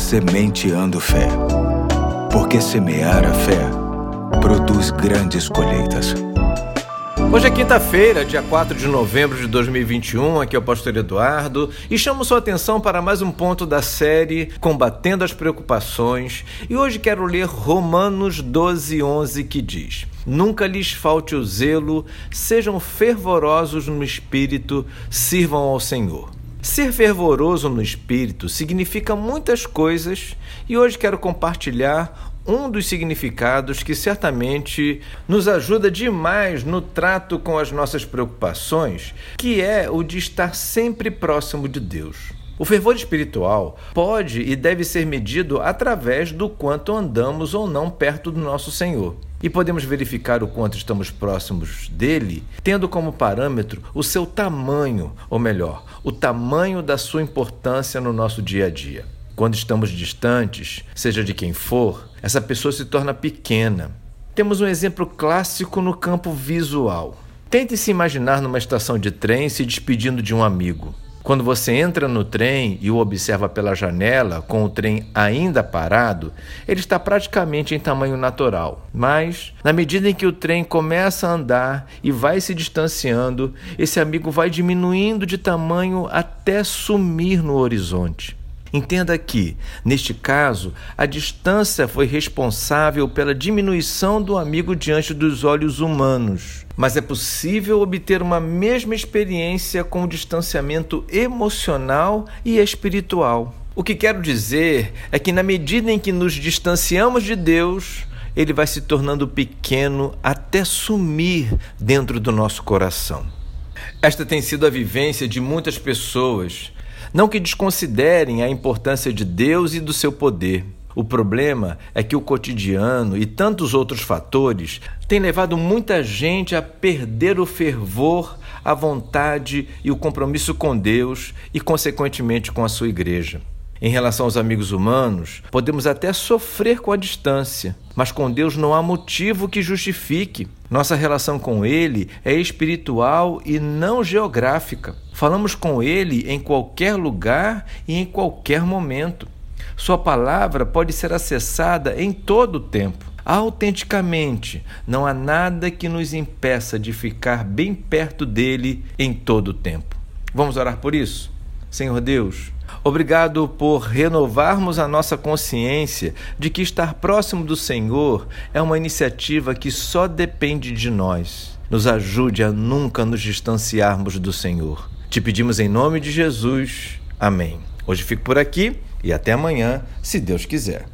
Sementeando Fé. Porque semear a fé produz grandes colheitas. Hoje é quinta-feira, dia 4 de novembro de 2021, aqui é o pastor Eduardo e chamo sua atenção para mais um ponto da série Combatendo as Preocupações, e hoje quero ler Romanos 12:11, que diz: Nunca lhes falte o zelo, sejam fervorosos no espírito, sirvam ao Senhor. Ser fervoroso no espírito significa muitas coisas e hoje quero compartilhar um dos significados que certamente nos ajuda demais no trato com as nossas preocupações, que é o de estar sempre próximo de Deus. O fervor espiritual pode e deve ser medido através do quanto andamos ou não perto do nosso Senhor. E podemos verificar o quanto estamos próximos dele, tendo como parâmetro o seu tamanho, ou melhor, o tamanho da sua importância no nosso dia a dia. Quando estamos distantes, seja de quem for, essa pessoa se torna pequena. Temos um exemplo clássico no campo visual. Tente se imaginar numa estação de trem se despedindo de um amigo. Quando você entra no trem e o observa pela janela, com o trem ainda parado, ele está praticamente em tamanho natural. Mas, na medida em que o trem começa a andar e vai se distanciando, esse amigo vai diminuindo de tamanho até sumir no horizonte. Entenda que, neste caso, a distância foi responsável pela diminuição do amigo diante dos olhos humanos. Mas é possível obter uma mesma experiência com o distanciamento emocional e espiritual. O que quero dizer é que, na medida em que nos distanciamos de Deus, Ele vai se tornando pequeno até sumir dentro do nosso coração. Esta tem sido a vivência de muitas pessoas. Não que desconsiderem a importância de Deus e do seu poder. O problema é que o cotidiano e tantos outros fatores têm levado muita gente a perder o fervor, a vontade e o compromisso com Deus e, consequentemente, com a sua igreja. Em relação aos amigos humanos, podemos até sofrer com a distância, mas com Deus não há motivo que justifique. Nossa relação com Ele é espiritual e não geográfica. Falamos com Ele em qualquer lugar e em qualquer momento. Sua palavra pode ser acessada em todo o tempo. Autenticamente, não há nada que nos impeça de ficar bem perto dEle em todo o tempo. Vamos orar por isso? Senhor Deus, obrigado por renovarmos a nossa consciência de que estar próximo do Senhor é uma iniciativa que só depende de nós. Nos ajude a nunca nos distanciarmos do Senhor. Te pedimos em nome de Jesus. Amém. Hoje fico por aqui e até amanhã, se Deus quiser.